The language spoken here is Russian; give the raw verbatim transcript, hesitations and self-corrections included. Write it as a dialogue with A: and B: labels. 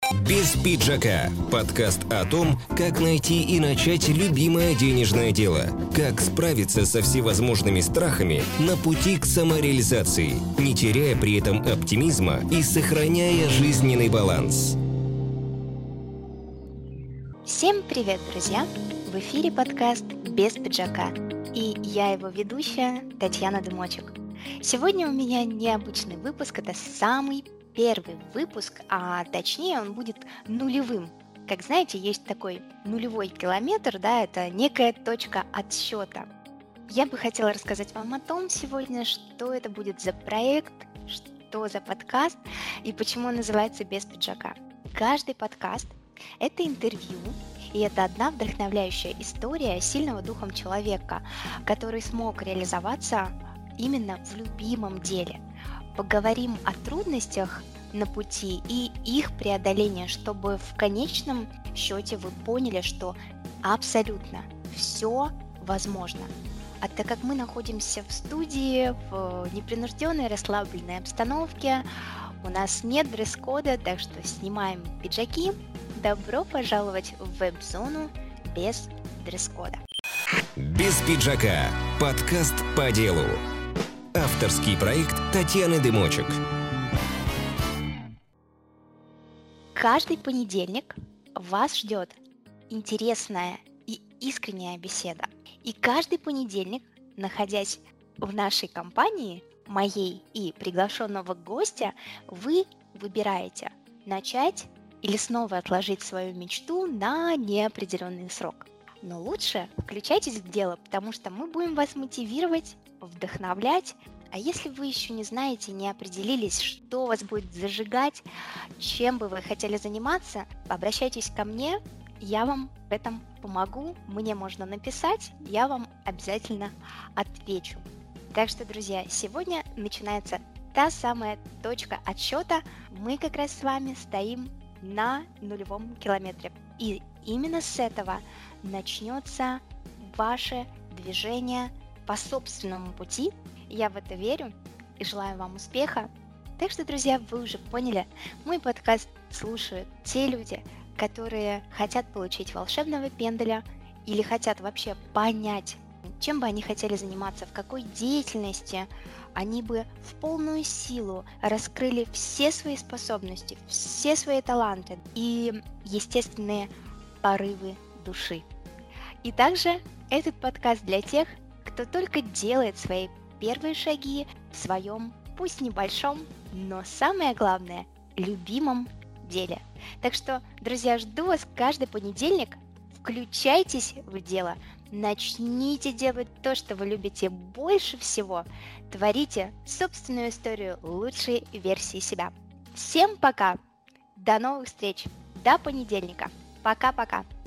A: Без пиджака. Подкаст о том, как найти и начать любимое денежное дело. Как справиться со всевозможными страхами на пути к самореализации, не теряя при этом оптимизма и сохраняя жизненный баланс.
B: Всем привет, друзья! В эфире подкаст «Без пиджака». И я его ведущая Татьяна Дымочек. Сегодня у меня необычный выпуск. Это самый первый выпуск, а точнее он будет нулевым. Как знаете, есть такой нулевой километр, да, это некая точка отсчета. Я бы хотела рассказать вам о том сегодня, что это будет за проект, что за подкаст и почему он называется «Без пиджака». Каждый подкаст – это интервью, и это одна вдохновляющая история сильного духом человека, который смог реализоваться именно в любимом деле. Поговорим о трудностях на пути и их преодолении, чтобы в конечном счете вы поняли, что абсолютно все возможно. А так как мы находимся в студии, в непринужденной, расслабленной обстановке, у нас нет дресс-кода, так что снимаем пиджаки. Добро пожаловать в веб-зону без дресс-кода.
A: Без пиджака. Подкаст по делу. Авторский проект Татьяны Дымочек.
B: Каждый понедельник вас ждет интересная и искренняя беседа. И каждый понедельник, находясь в нашей компании, моей и приглашенного гостя, вы выбираете начать или снова отложить свою мечту на неопределенный срок. Но лучше включайтесь в дело, потому что мы будем вас мотивировать, вдохновлять. А если вы еще не знаете, не определились, что вас будет зажигать, чем бы вы хотели заниматься, обращайтесь ко мне, я вам в этом помогу. Мне можно написать, я вам обязательно отвечу. Так что, друзья, сегодня начинается та самая точка отсчета. Мы как раз с вами стоим на нулевом километре. И именно с этого начнется ваше движение по собственному пути. Я в это верю и желаю вам успеха. Так что, друзья, вы уже поняли, мой подкаст слушают те люди, которые хотят получить волшебного пенделя или хотят вообще понять, чем бы они хотели заниматься, в какой деятельности они бы в полную силу раскрыли все свои способности, все свои таланты и естественные порывы души. И также этот подкаст для тех, кто только делает свои первые шаги в своем, пусть небольшом, но самое главное, любимом деле. Так что, друзья, жду вас каждый понедельник. Включайтесь в дело. Начните делать то, что вы любите больше всего. Творите собственную историю лучшей версии себя. Всем пока! До новых встреч! До понедельника! Пока-пока!